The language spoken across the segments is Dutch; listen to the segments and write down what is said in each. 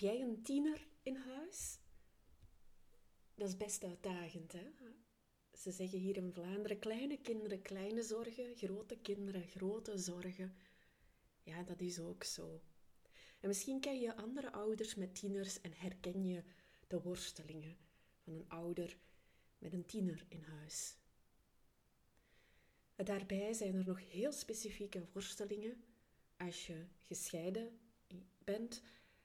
jij een tiener in huis? Dat is best uitdagend, hè? Ze zeggen hier in Vlaanderen, kleine kinderen, kleine zorgen, grote kinderen, grote zorgen. Ja, dat is ook zo. En misschien ken je andere ouders met tieners en herken je de worstelingen van een ouder met een tiener in huis. Daarbij zijn er nog heel specifieke worstelingen als je gescheiden bent,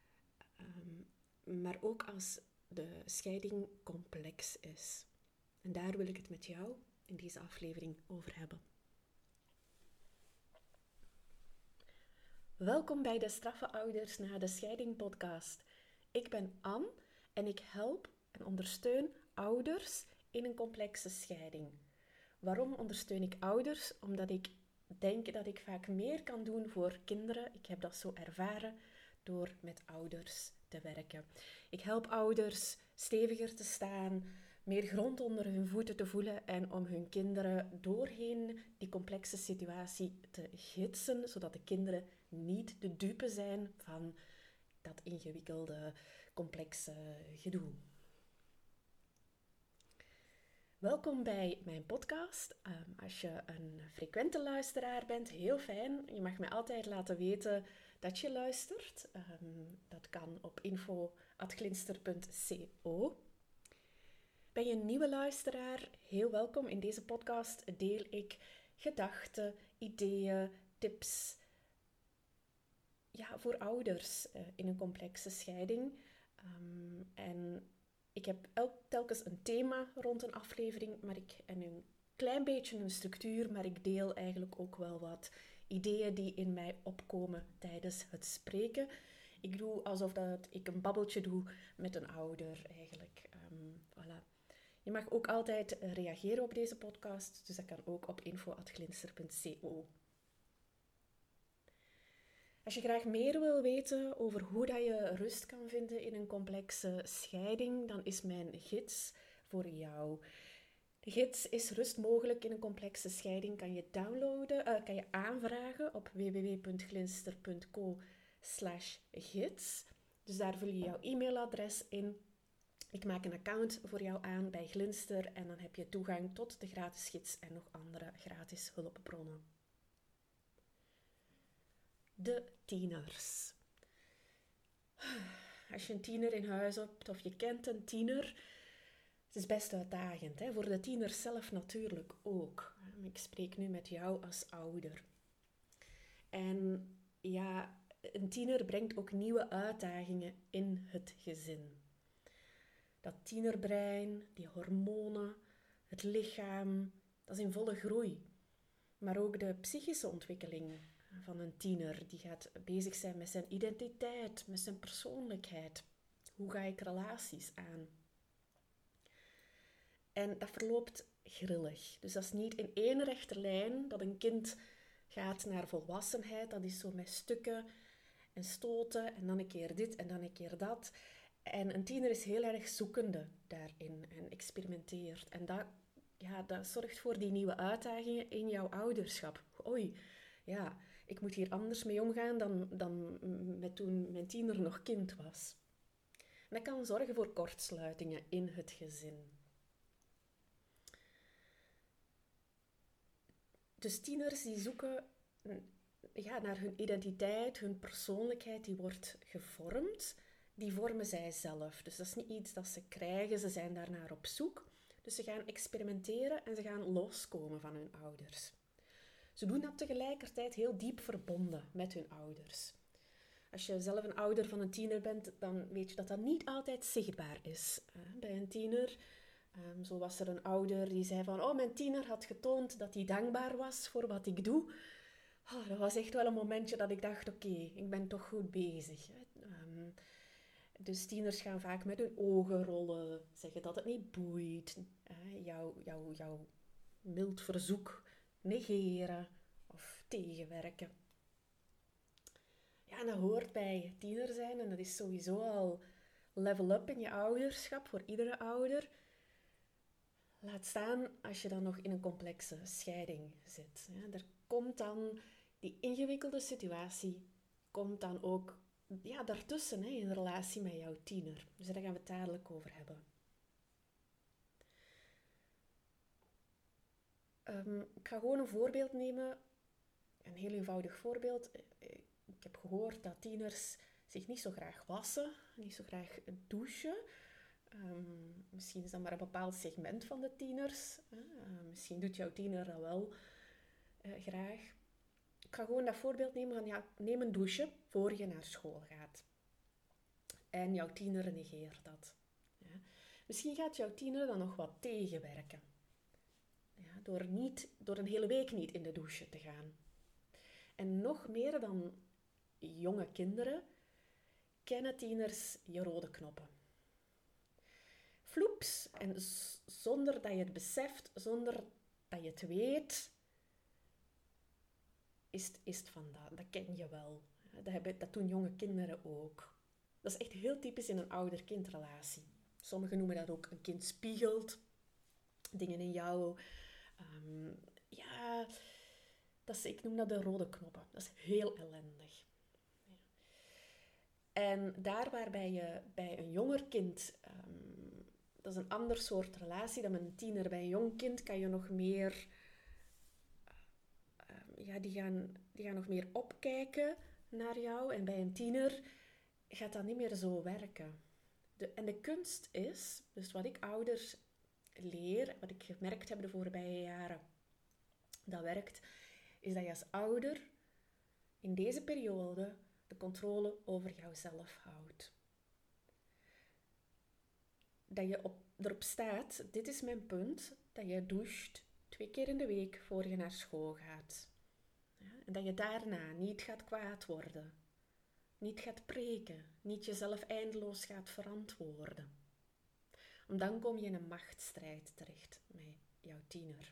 maar ook als de scheiding complex is. En daar wil ik het met jou in deze aflevering over hebben. Welkom bij de Straffe Ouders na de Scheiding podcast. Ik ben Anne en ik help en ondersteun ouders in een complexe scheiding. Waarom ondersteun ik ouders? Omdat ik denk dat ik vaak meer kan doen voor kinderen. Ik heb dat zo ervaren door met ouders te werken. Ik help ouders steviger te staan, meer grond onder hun voeten te voelen en om hun kinderen doorheen die complexe situatie te gidsen, zodat de kinderen niet de dupe zijn van dat ingewikkelde, complexe gedoe. Welkom bij mijn podcast. Als je een frequente luisteraar bent, heel fijn. Je mag mij altijd laten weten dat je luistert. Dat kan op info@glinster.co. Ben je een nieuwe luisteraar? Heel welkom. In deze podcast deel ik gedachten, ideeën, tips voor ouders in een complexe scheiding. En ik heb telkens een thema rond een aflevering en een klein beetje een structuur, maar ik deel eigenlijk ook wel wat ideeën die in mij opkomen tijdens het spreken. Ik doe alsof ik een babbeltje doe met een ouder eigenlijk. Voilà. Je mag ook altijd reageren op deze podcast, dus dat kan ook op info@glinster.co. Als je graag meer wil weten over hoe dat je rust kan vinden in een complexe scheiding, dan is mijn gids voor jou. De gids is Rust mogelijk in een complexe scheiding. Kan je downloaden, kan je aanvragen op www.glinster.co/gids. Dus daar vul je jouw e-mailadres in. Ik maak een account voor jou aan bij Glinster en dan heb je toegang tot de gratis gids en nog andere gratis hulpbronnen. De tieners. Als je een tiener in huis hebt of je kent een tiener, het is best uitdagend. Hè? Voor de tieners zelf natuurlijk ook. Ik spreek nu met jou als ouder. En ja, een tiener brengt ook nieuwe uitdagingen in het gezin. Dat tienerbrein, die hormonen, het lichaam, dat is in volle groei. Maar ook de psychische ontwikkeling van een tiener, die gaat bezig zijn met zijn identiteit, met zijn persoonlijkheid. Hoe ga ik relaties aan? En dat verloopt grillig. Dus dat is niet in één rechte lijn dat een kind gaat naar volwassenheid. Dat is zo met stukken en stoten en dan een keer dit en dan een keer dat. En een tiener is heel erg zoekende daarin en experimenteert. En dat zorgt voor die nieuwe uitdagingen in jouw ouderschap. Oei, ja, ik moet hier anders mee omgaan dan met toen mijn tiener nog kind was. En dat kan zorgen voor kortsluitingen in het gezin. Dus tieners die zoeken naar hun identiteit, hun persoonlijkheid, die wordt gevormd. Die vormen zij zelf. Dus dat is niet iets dat ze krijgen, ze zijn daarnaar op zoek. Dus ze gaan experimenteren en ze gaan loskomen van hun ouders. Ze doen dat tegelijkertijd heel diep verbonden met hun ouders. Als je zelf een ouder van een tiener bent, dan weet je dat dat niet altijd zichtbaar is. Bij een tiener, zo was er een ouder die zei van, mijn tiener had getoond dat hij dankbaar was voor wat ik doe. Dat was echt wel een momentje dat ik dacht, oké, ik ben toch goed bezig. Dus tieners gaan vaak met hun ogen rollen, zeggen dat het niet boeit, jouw mild verzoek negeren of tegenwerken. Ja, en dat hoort bij tiener zijn en dat is sowieso al level up in je ouderschap voor iedere ouder. Laat staan als je dan nog in een complexe scheiding zit. Er komt dan die ingewikkelde situatie, komt dan ook ja, daartussen, hè, in relatie met jouw tiener. Dus daar gaan we het dadelijk over hebben. Ik ga gewoon een voorbeeld nemen. Een heel eenvoudig voorbeeld. Ik heb gehoord dat tieners zich niet zo graag wassen, niet zo graag douchen. Misschien is dat maar een bepaald segment van de tieners. Misschien doet jouw tiener dat wel graag. Ik ga gewoon dat voorbeeld nemen van, ja, neem een douche voor je naar school gaat. En jouw tiener negeert dat. Ja. Misschien gaat jouw tiener dan nog wat tegenwerken. Ja, door een hele week niet in de douche te gaan. En nog meer dan jonge kinderen kennen tieners je rode knoppen. Floeps, en zonder dat je het beseft, zonder dat je het weet, is het van dat ken je wel. Dat doen jonge kinderen ook. Dat is echt heel typisch in een ouder-kindrelatie. Sommigen noemen dat ook een kind spiegelt dingen in jou. Ja, ik noem dat de rode knoppen. Dat is heel ellendig. Ja. En daar waarbij je bij een jonger kind, dat is een ander soort relatie dan met een tiener. Bij een jong kind kan je nog meer, die gaan nog meer opkijken naar jou. En bij een tiener gaat dat niet meer zo werken. En de kunst is, dus wat ik ouders leer, wat ik gemerkt heb de voorbije jaren, dat werkt, is dat je als ouder in deze periode de controle over jouzelf houdt. Dat je erop staat, dit is mijn punt, dat je doucht 2 keer in de week voor je naar school gaat. Ja, en dat je daarna niet gaat kwaad worden, niet gaat preken, niet jezelf eindeloos gaat verantwoorden. Want dan kom je in een machtsstrijd terecht met jouw tiener.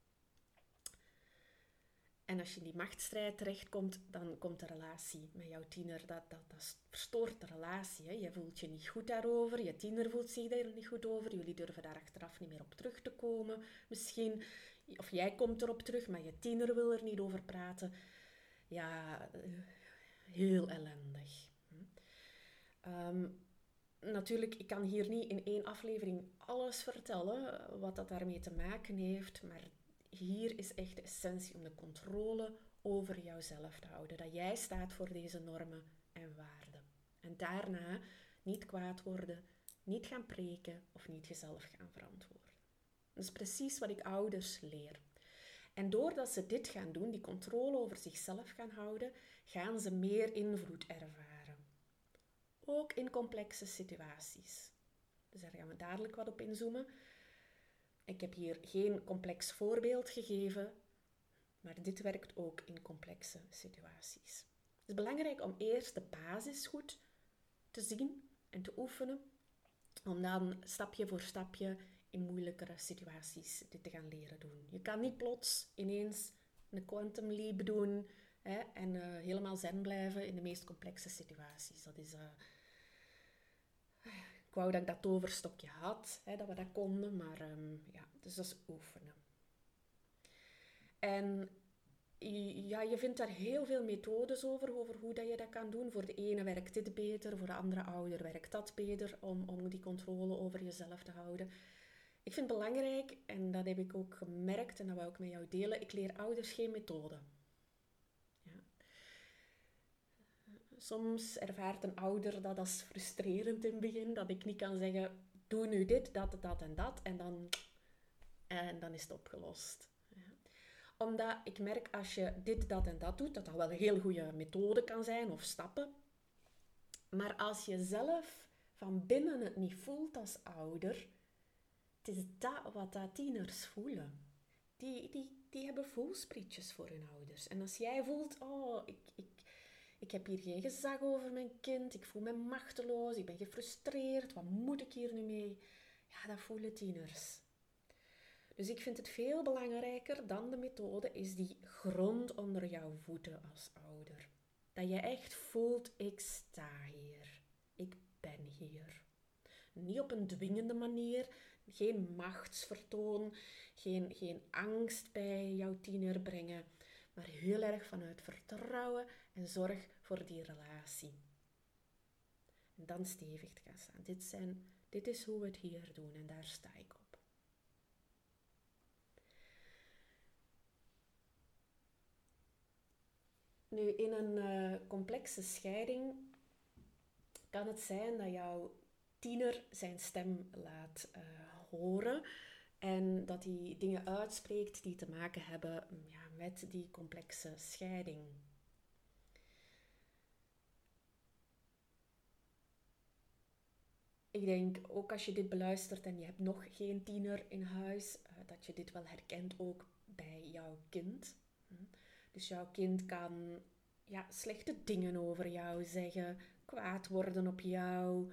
En als je in die machtsstrijd terechtkomt, dan komt de relatie met jouw tiener, dat verstoort de relatie. Hè. Je voelt je niet goed daarover, je tiener voelt zich daar niet goed over, jullie durven daar achteraf niet meer op terug te komen. Misschien, of jij komt erop terug, maar je tiener wil er niet over praten. Ja, heel ellendig. Natuurlijk, ik kan hier niet in 1 aflevering alles vertellen wat dat daarmee te maken heeft, maar hier is echt de essentie om de controle over jouzelf te houden. Dat jij staat voor deze normen en waarden. En daarna niet kwaad worden, niet gaan preken of niet jezelf gaan verantwoorden. Dat is precies wat ik ouders leer. En doordat ze dit gaan doen, die controle over zichzelf gaan houden, gaan ze meer invloed ervaren. Ook in complexe situaties. Dus daar gaan we dadelijk wat op inzoomen. Ik heb hier geen complex voorbeeld gegeven, maar dit werkt ook in complexe situaties. Het is belangrijk om eerst de basis goed te zien en te oefenen, om dan stapje voor stapje in moeilijkere situaties dit te gaan leren doen. Je kan niet plots ineens een quantum leap doen en helemaal zen blijven in de meest complexe situaties. Dat is... Ik wou dat ik dat toverstokje had, dat we dat konden, maar dus dat is oefenen. En ja, je vindt daar heel veel methodes over hoe dat je dat kan doen. Voor de ene werkt dit beter, voor de andere ouder werkt dat beter om die controle over jezelf te houden. Ik vind het belangrijk, en dat heb ik ook gemerkt en dat wil ik met jou delen, ik leer ouders geen methode. Ja. Soms ervaart een ouder dat als frustrerend in het begin, dat ik niet kan zeggen, doe nu dit, dat en dat, en dan is het opgelost. Ja. Omdat ik merk, als je dit, dat en dat doet, dat wel een heel goede methode kan zijn, of stappen. Maar als je zelf van binnen het niet voelt als ouder, het is dat wat dat tieners voelen. Die hebben voelsprietjes voor hun ouders. En als jij voelt, ik heb hier geen gezag over mijn kind, ik voel me machteloos, ik ben gefrustreerd, wat moet ik hier nu mee? Ja, dat voelen tieners. Dus ik vind het veel belangrijker dan de methode, is die grond onder jouw voeten als ouder. Dat je echt voelt, ik sta hier, ik ben hier. Niet op een dwingende manier, geen machtsvertoon, geen angst bij jouw tiener brengen, maar heel erg vanuit vertrouwen en zorg voor die relatie. En dan stevig te gaan staan. Dit is hoe we het hier doen en daar sta ik op. Nu, in een complexe scheiding kan het zijn dat jouw tiener zijn stem laat horen en dat hij dingen uitspreekt die te maken hebben met die complexe scheiding. Ik denk ook als je dit beluistert en je hebt nog geen tiener in huis, dat je dit wel herkent ook bij jouw kind. Dus jouw kind kan slechte dingen over jou zeggen, kwaad worden op jou.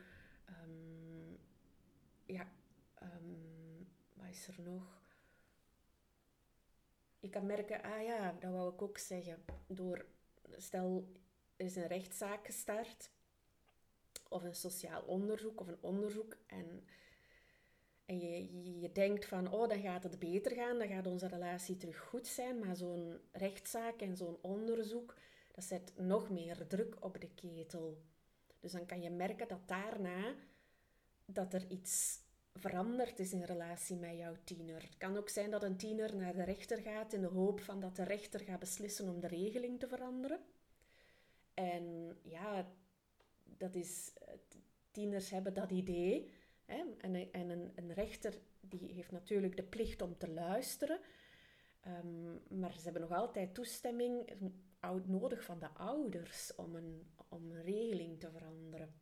Wat is er nog? Je kan merken, dat wou ik ook zeggen. Stel, er is een rechtszaak gestart, of een sociaal onderzoek, of een onderzoek, en je denkt van, dan gaat het beter gaan, dan gaat onze relatie terug goed zijn, maar zo'n rechtszaak en zo'n onderzoek, dat zet nog meer druk op de ketel. Dus dan kan je merken dat daarna, dat er iets veranderd is in relatie met jouw tiener. Het kan ook zijn dat een tiener naar de rechter gaat in de hoop van dat de rechter gaat beslissen om de regeling te veranderen. En dat is, tieners hebben dat idee. Hè? En een rechter die heeft natuurlijk de plicht om te luisteren. Maar ze hebben nog altijd toestemming nodig van de ouders om een regeling te veranderen.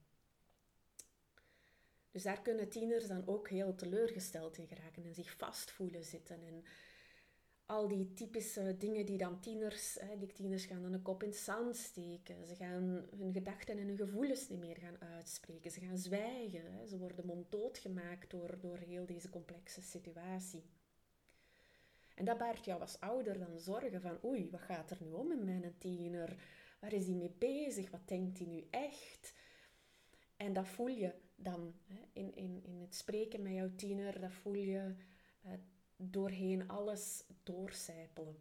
Dus daar kunnen tieners dan ook heel teleurgesteld in geraken en zich vast voelen zitten. En al die typische dingen die dan tieners gaan dan een kop in het zand steken. Ze gaan hun gedachten en hun gevoelens niet meer gaan uitspreken. Ze gaan zwijgen. Ze worden monddood gemaakt door heel deze complexe situatie. En dat baart jou als ouder dan zorgen van, oei, wat gaat er nu om met mijn tiener? Waar is hij mee bezig? Wat denkt hij nu echt? En dat voel je dan in het spreken met jouw tiener, dat voel je doorheen alles doorcijpelen.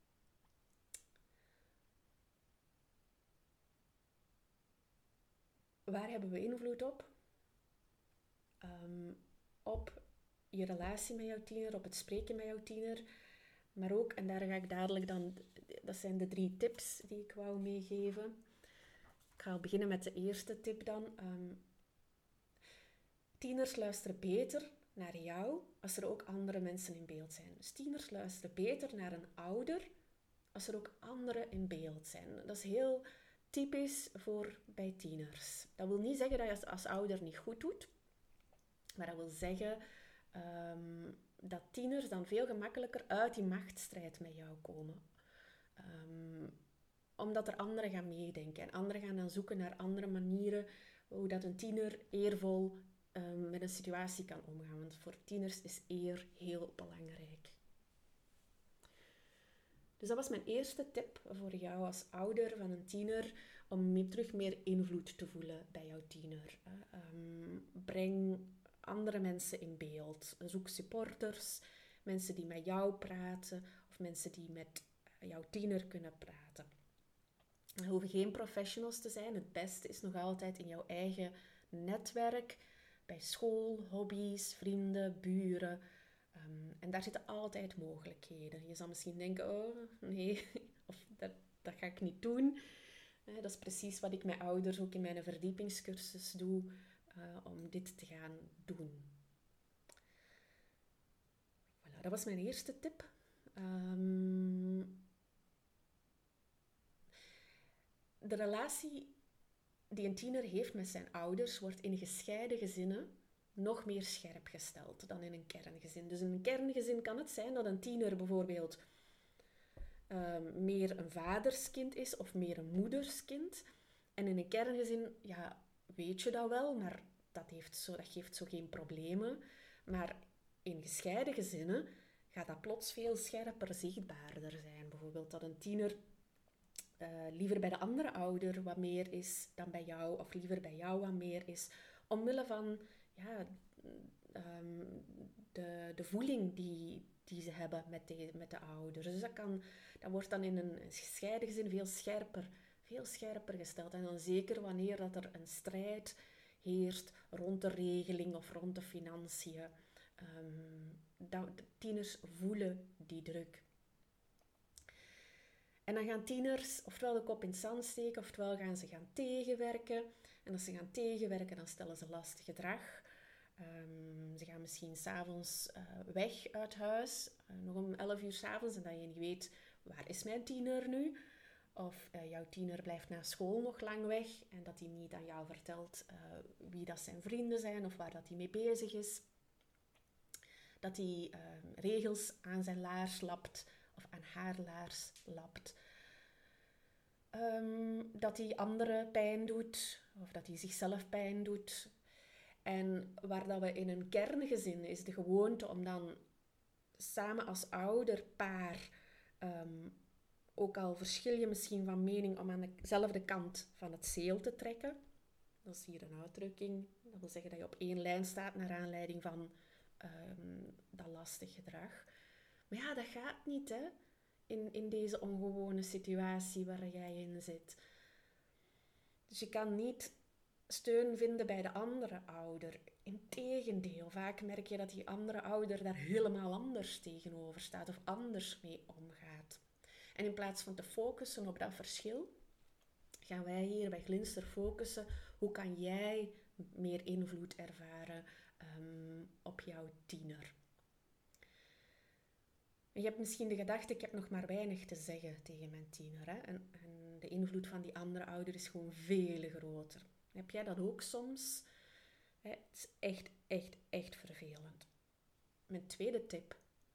Waar hebben we invloed op? Op je relatie met jouw tiener, op het spreken met jouw tiener. Maar ook, en daar ga ik dadelijk dan, dat zijn de 3 tips die ik wou meegeven. Ik ga beginnen met de eerste tip dan. Tieners luisteren beter naar jou als er ook andere mensen in beeld zijn. Dus tieners luisteren beter naar een ouder als er ook anderen in beeld zijn. Dat is heel typisch bij tieners. Dat wil niet zeggen dat je als ouder niet goed doet, maar dat wil zeggen dat tieners dan veel gemakkelijker uit die machtsstrijd met jou komen. Omdat er anderen gaan meedenken en anderen gaan dan zoeken naar andere manieren hoe dat een tiener eervol met een situatie kan omgaan. Want voor tieners is eer heel belangrijk. Dus dat was mijn eerste tip voor jou als ouder van een tiener, om terug meer invloed te voelen bij jouw tiener. Breng andere mensen in beeld. Zoek supporters, mensen die met jou praten of mensen die met jouw tiener kunnen praten. Er hoeven geen professionals te zijn. Het beste is nog altijd in jouw eigen netwerk, bij school, hobby's, vrienden, buren. En daar zitten altijd mogelijkheden. Je zal misschien denken, oh nee, of dat ga ik niet doen. Dat is precies wat ik met ouders ook in mijn verdiepingscursus doe, om dit te gaan doen. Voilà, dat was mijn eerste tip. De relatie die een tiener heeft met zijn ouders wordt in gescheiden gezinnen nog meer scherp gesteld dan in een kerngezin. Dus in een kerngezin kan het zijn dat een tiener bijvoorbeeld meer een vaderskind is of meer een moederskind. En in een kerngezin, weet je dat wel, maar dat geeft zo geen problemen. Maar in gescheiden gezinnen gaat dat plots veel scherper zichtbaarder zijn. Bijvoorbeeld dat een tiener liever bij de andere ouder wat meer is dan bij jou, of liever bij jou wat meer is, omwille van de voeling die ze hebben met de ouders. Dus dat wordt dan in een gescheiden gezin veel scherper gesteld. En dan zeker wanneer dat er een strijd heerst rond de regeling of rond de financiën. De tieners voelen die druk. En dan gaan tieners ofwel de kop in het zand steken, oftewel gaan ze gaan tegenwerken. En als ze gaan tegenwerken, dan stellen ze lastig gedrag. Ze gaan misschien 's avonds weg uit huis, nog om 11 uur 's avonds, en dat je niet weet, waar is mijn tiener nu? Of jouw tiener blijft na school nog lang weg en dat hij niet aan jou vertelt wie dat zijn vrienden zijn of waar dat hij mee bezig is. Dat hij regels aan zijn laars lapt of aan haar laars lapt. Dat hij anderen pijn doet of dat hij zichzelf pijn doet. En waar dat we in een kerngezin is de gewoonte om dan samen als ouderpaar, ook al verschil je misschien van mening, om aan dezelfde kant van het zeel te trekken. Dat is hier een uitdrukking. Dat wil zeggen dat je op één lijn staat naar aanleiding van dat lastig gedrag. Maar ja, dat gaat niet, hè? In deze ongewone situatie waar jij in zit. Dus je kan niet steun vinden bij de andere ouder. Integendeel, vaak merk je dat die andere ouder daar helemaal anders tegenover staat of anders mee omgaat. En in plaats van te focussen op dat verschil, gaan wij hier bij Glinster focussen. Hoe kan jij meer invloed ervaren op jouw tiener? En je hebt misschien de gedachte, ik heb nog maar weinig te zeggen tegen mijn tiener. Hè? En de invloed van die andere ouder is gewoon veel groter. Heb jij dat ook soms? Het is echt, echt, echt vervelend. Mijn tweede tip.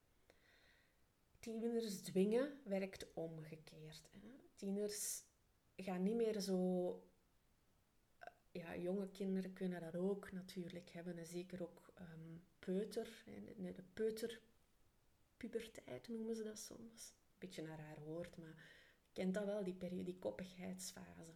Tieners dwingen werkt omgekeerd. Hè? Tieners gaan niet meer zo... Ja, jonge kinderen kunnen dat ook natuurlijk hebben. En zeker ook peuter. De peuterpuberteit noemen ze dat soms. Een beetje een raar woord, maar je kent dat wel, die periode, die koppigheidsfase.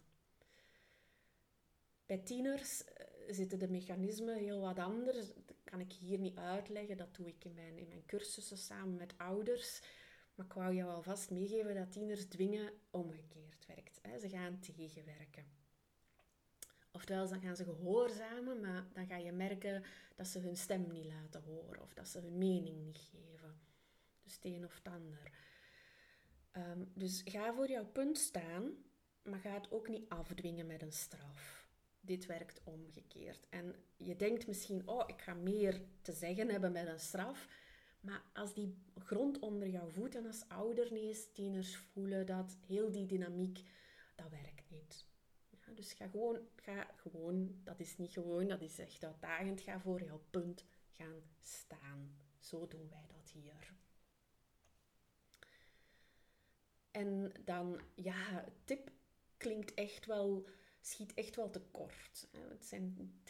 Bij tieners zitten de mechanismen heel wat anders. Dat kan ik hier niet uitleggen. Dat doe ik in mijn cursussen samen met ouders. Maar ik wou jou alvast meegeven dat tieners dwingen omgekeerd werkt. Ze gaan tegenwerken. Oftewel, dan gaan ze gehoorzamen, maar dan ga je merken dat ze hun stem niet laten horen. Of dat ze hun mening niet geven. Dus het een of het ander. Dus ga voor jouw punt staan, maar ga het ook niet afdwingen met een straf. Dit werkt omgekeerd. En je denkt misschien, ik ga meer te zeggen hebben met een straf. Maar als die grond onder jouw voeten als ouder niet is, tieners voelen dat, heel die dynamiek, dat werkt niet. Ja, dus ga gewoon, dat is niet gewoon, dat is echt uitdagend, ga voor jouw punt gaan staan. Zo doen wij dat hier. En dan, ja, tip klinkt echt wel, schiet echt wel tekort. Het zijn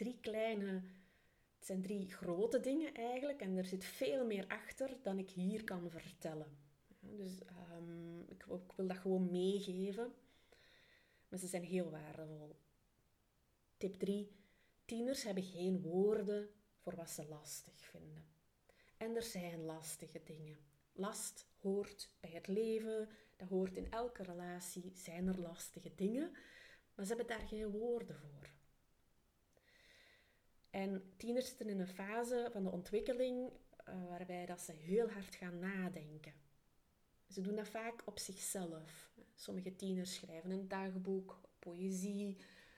drie grote dingen eigenlijk en er zit veel meer achter dan ik hier kan vertellen. Dus ik wil dat gewoon meegeven, maar ze zijn heel waardevol. Tip 3. Tieners hebben geen woorden voor wat ze lastig vinden. En er zijn lastige dingen. Last hoort bij het leven, dat hoort in elke relatie, zijn er lastige dingen, maar ze hebben daar geen woorden voor. En tieners zitten in een fase van de ontwikkeling waarbij dat ze heel hard gaan nadenken. Ze doen dat vaak op zichzelf. Sommige tieners schrijven een dagboek, poëzie.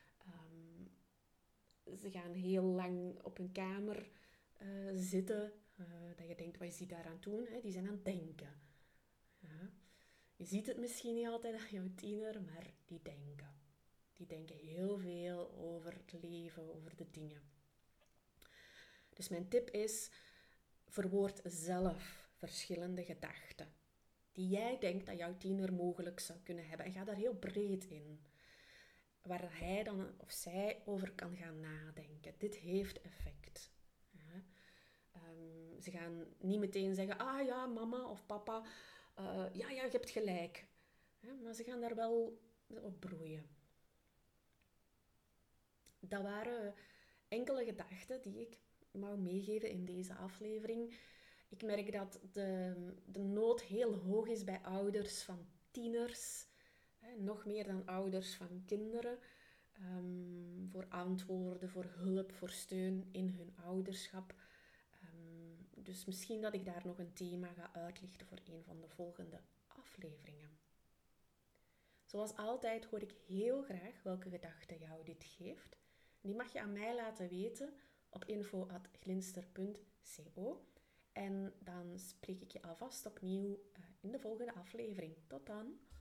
Ze gaan heel lang op hun kamer zitten. Dat je denkt, wat is die daar aan het doen? Die zijn aan het denken. Ja. Je ziet het misschien niet altijd aan jouw tiener, maar die denken. Die denken heel veel over het leven, over de dingen. Dus mijn tip is, verwoord zelf verschillende gedachten die jij denkt dat jouw tiener mogelijk zou kunnen hebben. En ga daar heel breed in. Waar hij dan of zij over kan gaan nadenken. Dit heeft effect. Ja. Ze gaan niet meteen zeggen, ja, mama of papa, ja, je hebt gelijk. Ja, maar ze gaan daar wel op broeien. Dat waren enkele gedachten die ik wou meegeven in deze aflevering. Ik merk dat de nood heel hoog is bij ouders van tieners. Nog meer dan ouders van kinderen. voor antwoorden, voor hulp, voor steun in hun ouderschap. Dus misschien dat ik daar nog een thema ga uitlichten voor een van de volgende afleveringen. Zoals altijd hoor ik heel graag welke gedachten jou dit geeft. Die mag je aan mij laten weten op info@glinster.co. En dan spreek ik je alvast opnieuw in de volgende aflevering. Tot dan!